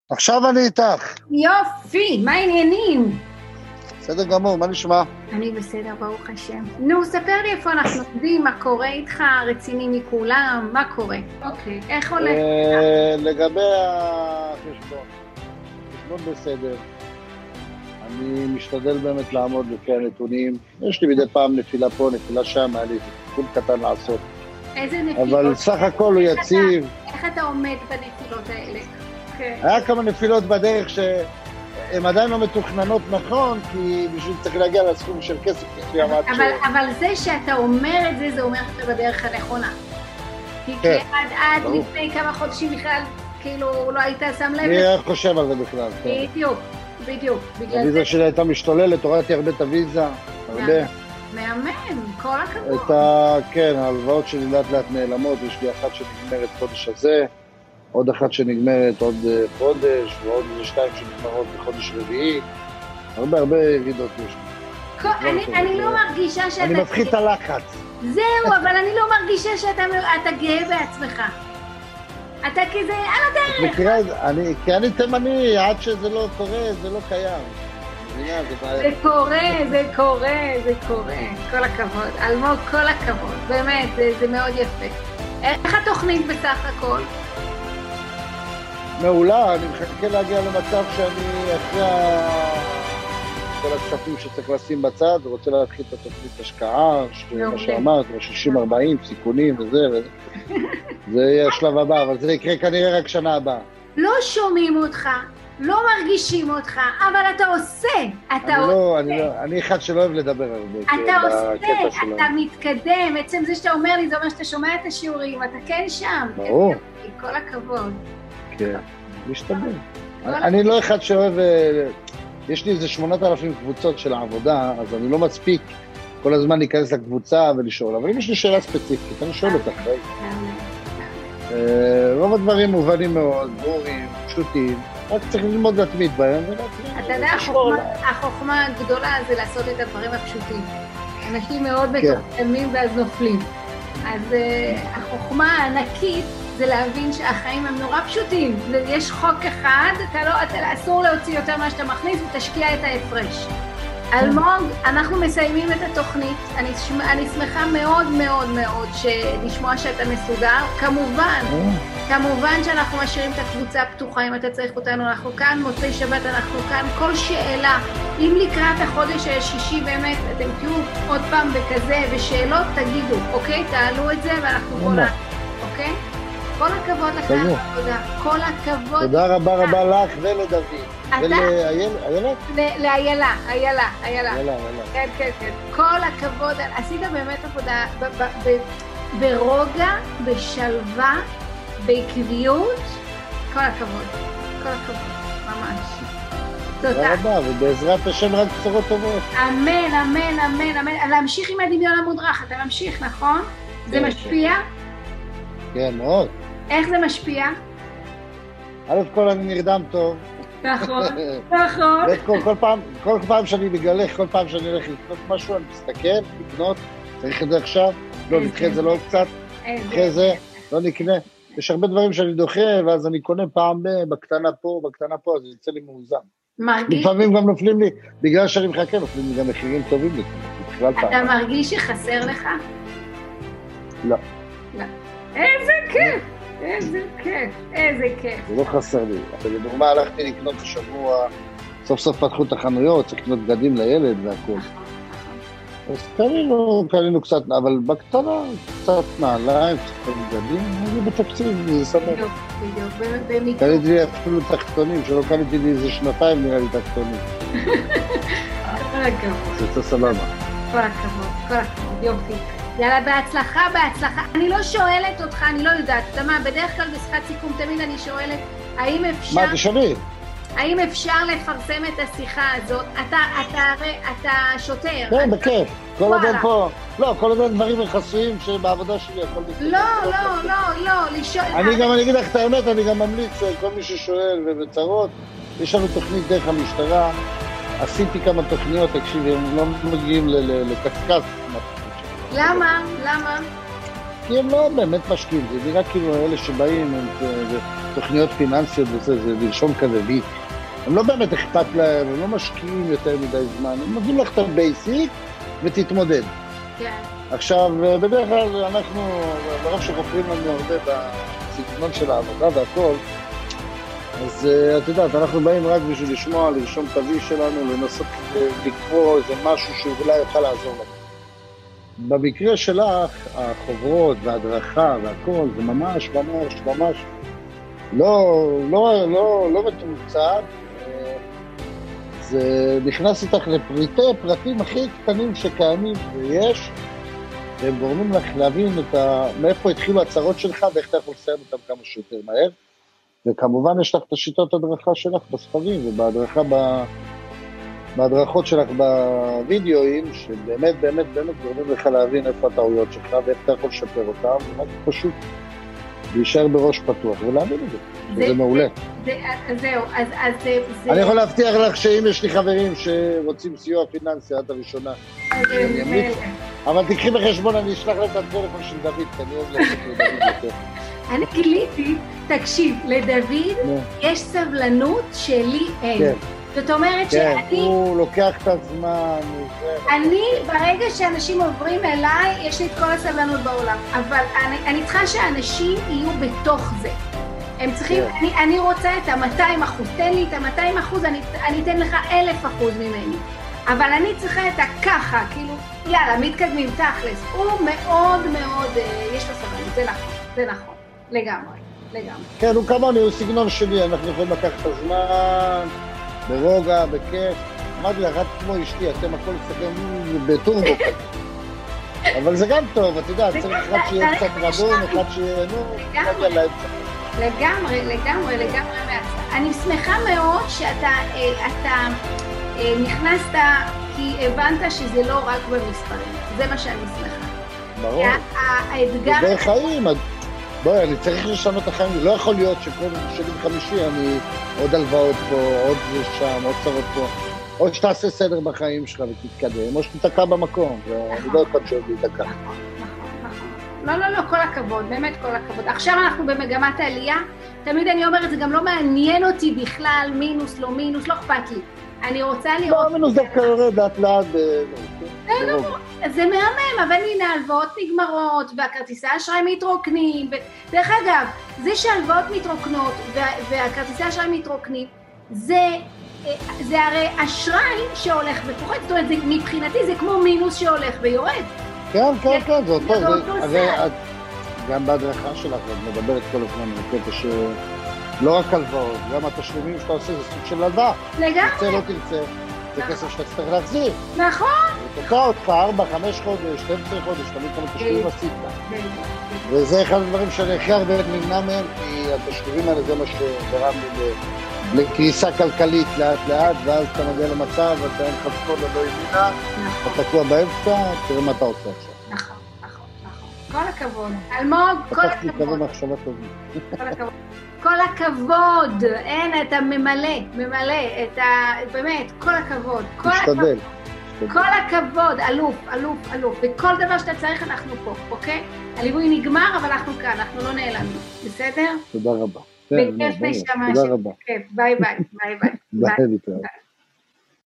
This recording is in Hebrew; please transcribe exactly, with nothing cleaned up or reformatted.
עכשיו אני איתך. יופי, מה העניינים? בסדר גמור, מה נשמע? אני בסדר, ברוך השם. נו, ספר לי איפה אנחנו עובדים, מה קורה איתך, רציני מכולם, מה קורה? אוקיי, איך הולך? לגבי החשבון, חשבון בסדר. אני משתדל באמת לעמוד לפי הנתונים. יש לי מדי פעם נפילה פה, נפילה שם, היה לי תיקון קטן לעשות. איזה נפילות? אבל סך הכל הוא יציב. איך אתה עומד בנפילות האלה? היה כמה נפילות בדרך שהן עדיין לא מתוכננות נכון, כי בשביל צריך להגיע לסכום של כסף מסוים. אבל זה שאתה אומר את זה, זה אומר שאתה בדרך הנכונה. כי עד לפני כמה חודשים בכלל, כאילו, לא היית שם לב. אני חושב על זה בכלל. בדיוק, בדיוק. הוויזה שלי הייתה משתוללת, הורדתי הרבה את הוויזה, הרבה. מאמן, כל הכבוד. כן, ההלוואות שלי לאט לאט נעלמות, יש לי אחת שנגמרת חודש הזה, עוד אחת שנגמרת עוד חודש, ועוד שתיים שנגמרות בחודש רביעי. הרבה הרבה ירידות יש לי. אני לא מרגישה שאתה... אני מפחית את הלחץ. זהו, אבל אני לא מרגישה שאתה גאה בעצמך. אתה כזה, על הדרך. כי אני תימני, עד שזה לא קורה, זה לא קיים. זה קורה, זה קורה, זה קורה. כל הכבוד. אלמוג, כל הכבוד. באמת, זה מאוד יפה. איך התוכנית בסך הכל? מעולה, אני מחכה להגיע למצב שאני אחרי כל הכספים שצריך לשים בצד, ורוצה להתחיל את התוכנית השקעה, מה שאמרת, שישים ארבעים, סיכונים וזה, זה יהיה השלב הבא, אבל זה יקרה כנראה רק שנה הבאה. לא שומעים אותך, לא מרגישים אותך, אבל אתה עושה, אתה עושה. אני אחד שלא אוהב לדבר הרבה. אתה עושה, אתה מתקדם, עצם זה שאתה אומר לי, זה אומר שאתה שומע את השיעורים, אתה כן שם. ברור. כל הכבוד. כן, משתדל. אני לא אחד שאוהב, יש לי איזה שמונת אלפים קבוצות של העבודה, אז אני לא מספיק כל הזמן להיכנס לקבוצה ולשאול, אבל אם יש לי שאלה ספציפית, אני שואל אותך. רוב הדברים מובנים מאוד, ברורים, פשוטים, רק צריך ללמוד להתמיד בהם. אתה יודע, החוכמה הגדולה זה לעשות את הדברים הפשוטים. אנשים מאוד מתוחכמים ואז נופלים. אז החוכמה הענקית זה להבין שהחיים הם נורא פשוטים. יש חוק אחד, אתה לא, אתה, אסור להוציא יותר מה שאתה מכניס ותשקיע את ההפרש. אלמוג, אנחנו מסיימים את התוכנית. אני, אני שמחה מאוד מאוד מאוד לשמוע שאתה מסודר. כמובן, כמובן שאנחנו משאירים את הקבוצה פתוחה, אם אתה צריך אותנו, אנחנו כאן, מוצאי שבת אנחנו כאן. כל שאלה, אם לקראת החודש השישי באמת, אתם תהיו עוד פעם בכזה, ושאלות תגידו, אוקיי? תעלו את זה ואנחנו פה לה, אוקיי? כל הכבוד לך, תודה. כל הכבוד. תודה רבה רבה לך ולדוד. ולאיילה? לאיילה, איילה, איילה. כן, כן, כן. כל הכבוד. עשית באמת עבודה ברוגע, בשלווה, בעקביות. כל הכבוד. כל הכבוד. ממש. תודה רבה, ובעזרת השם רק בשורות טובות. אמן, אמן, אמן, אמן. להמשיך עם הדמיון המודרך. אתה ממשיך, נכון? זה משפיע? כן, מאוד. איך זה משפיע? א' כל אני נרדם טוב. נכון, נכון. כל פעם, כל פעם שאני מגלח, כל פעם שאני הולך לקנות משהו, אני מסתכל, לקנות, צריך את זה עכשיו, לא, נקחה את זה לא קצת, נקחה את זה, לא נקנה. יש הרבה דברים שאני דוחה, ואז אני קונה פעם בקטנה פה, בקטנה פה, אז זה יצא לי מאוזן. מרגיש? לפעמים גם נופלים לי, בגלל שאני מחכה, נופלים לי גם מחירים טובים לי. אתה מרגיש שחסר לך? לא. לא. איזה כיף, איזה כיף, איזה כיף. זה לא חסר לי. אבל לדוגמה, הלכתי לקנות השבוע, סוף סוף פתחו את החנויות, צריך לקנות בגדים לילד והכל. אז קנינו, קנינו קצת, אבל בקטנה, קצת נעליים, קצת בגדים, אני בתקציב, זה סבבה. בדיוק, בדיוק, במיקום. קניתי לי אפילו תחתונים, שלא קניתי לי איזה שנתיים, נראה לי תחתונים. כל הכבוד. זה יוצא סבבה. כל הכבוד, כל הכבוד, יופי. יאללה, בהצלחה, בהצלחה. אני לא שואלת אותך, אני לא יודעת. אתה מה, בדרך כלל בשיחת סיכום תמיד אני שואלת, האם אפשר... מה, תשאלי? האם אפשר לפרסם את השיחה הזאת? אתה, אתה, אתה שוטר. כן, בכיף. כל עוד אין פה... לא, כל עוד אין דברים חסויים שבעבודה שלי הכל בסדר. לא, לא, לא, לא, לשאול... אני גם, אני אגיד לך את האמת, אני גם ממליץ כל מי ששואל ובצרות, יש לנו תוכנית דרך המשטרה, עשיתי כמה תוכניות, תקשיבי, הם לא מגיעים לקסקס. למה? למה? כי הם לא באמת משקיעים, זה נראה כאילו אלה שבאים, את תוכניות פיננסיות וזה, זה לרשום כזה וי. הם לא באמת אכפת להם, הם לא משקיעים יותר מדי זמן, הם נותנים לך את הבייסיק ותתמודד. כן. עכשיו, בדרך כלל אנחנו, ברוב שחופרים לנו הרבה בסגנון של העבודה והכל, אז את יודעת, אנחנו באים רק בשביל לשמוע, לרשום את הוי שלנו, לנסות לקרוא איזה משהו שאולי יוכל לעזור לנו. במקרה שלך, החוברות וההדרכה והכל, זה ממש, ממש, ממש לא, לא, לא, לא מתומצת. זה נכנס איתך לפריטי פרטים הכי קטנים שקיימים ויש, והם גורמים לך להבין את ה... מאיפה התחילו הצרות שלך ואיך אתה יכול לסיים אותם כמה שיותר מהר. וכמובן יש לך את השיטות הדרכה שלך בספרים ובהדרכה ב... בהדרכות שלך בווידאוים, שבאמת באמת באמת גורמים לך להבין איפה הטעויות שלך ואיך אתה יכול לשפר אותם, ומה זה פשוט להישאר בראש פתוח ולהבין את זה, זה, זה מעולה. זה, זהו, אז, אז זה... אני יכול להבטיח לך שאם יש לי חברים שרוצים סיוע פיננסי, את הראשונה, אני אמליץ, אבל תקחי בחשבון, אני אשלח לך את הטלפון של דוד, כי אני אוהב לעשות לדוד יותר. אני גיליתי, תקשיב, לדוד יש סבלנות שלי אין. כן. זאת אומרת שאני... כן, הוא לוקח את הזמן. אני, ברגע שאנשים עוברים אליי, יש לי את כל הסבלנות בעולם. אבל אני, אני צריכה שאנשים יהיו בתוך זה. הם צריכים, כן. אני, אני רוצה את ה-מאתיים אחוז, תן לי את ה-מאתיים אחוז, אני, אני אתן לך אלף אחוז ממני. אבל אני צריכה את הככה, כאילו, יאללה, מתקדמים, תכלס. הוא מאוד מאוד, יש לו סבלנות, זה נכון, זה נכון, לגמרי, לגמרי. כן, הוא כמוני, הוא סגנון שלי, אנחנו יכולים לקחת את הזמן... ברוגע, בכיף, אמרתי לך, את כמו אשתי, אתם הכל אצלכם בטורבו כזה. אבל זה גם טוב, את יודעת, צריך אחד שיהיה קצת רדום, אחד שיהיה, נו, אחד יאללה את זה. לגמרי, לגמרי, לגמרי מעצה. אני שמחה מאוד שאתה נכנסת, כי הבנת שזה לא רק במספרים, זה מה שאני שמחה. ברור. האתגר... זה דרך חיים, בואי, אני צריך לשנות את החיים, לא יכול להיות שכל שני וחמישי אני עוד הלוואות פה, עוד שם, עוד צרות פה, או שתעשה סדר בחיים שלך ותתקדם, או שתתקע במקום, ואני לא יכול שעוד להתקע. לא, לא, לא, כל הכבוד, באמת כל הכבוד. עכשיו אנחנו במגמת העלייה, תמיד אני אומרת, זה גם לא מעניין אותי בכלל, מינוס, לא מינוס, לא אכפת לי. אני רוצה לראות... לא, מינוס דווקא יורד, לאט לאט... לא, לא, זה מהמם, אבל הנה, הלוואות נגמרות, והכרטיסי אשראי מתרוקנים, דרך אגב, זה שהלוואות מתרוקנות, והכרטיסי אשראי מתרוקנים, זה הרי אשראי שהולך ופוחת, זאת אומרת, מבחינתי זה כמו מינוס שהולך ויורד. כן, כן, כן, זה אותו, גם בהדרכה שלך, את מדברת כל הזמן, בקטע ש... לא רק הלוואות, גם התשלומים שאתה עושה זה סוג של הלוואה. לגמרי. תרצה, לא תרצה, זה כסף שאתה צריך להחזיר. נכון. זה תוקע אותך ארבע, חמש חודש, שתים עשרה חודש, תמיד כמה תשלומים עשית. וזה אחד הדברים שאני הכי הרבה נמנע מהם, כי התשלומים האלה זה מה שגרם לי לקריסה כלכלית לאט לאט, ואז אתה מגיע למצב, אתה אין לך כל לא ימינה, אתה תקוע באמצע, תראה מה אתה עושה עכשיו. נכון, נכון, נכון. כל הכבוד. אלמוג, כל הכבוד. פתחתי כמה מחשבה טובה. כל הכבוד. כל הכבוד, אין, אתה ממלא, ממלא, את ה... באמת, כל הכבוד. משתדל. כל הכבוד, אלוף, אלוף, אלוף. וכל דבר שאתה צריך, אנחנו פה, אוקיי? הליווי נגמר, אבל אנחנו כאן, אנחנו לא נעלמים. בסדר? תודה רבה. בכיף נשמה. תודה רבה. ביי ביי, ביי ביי. ביי ביי.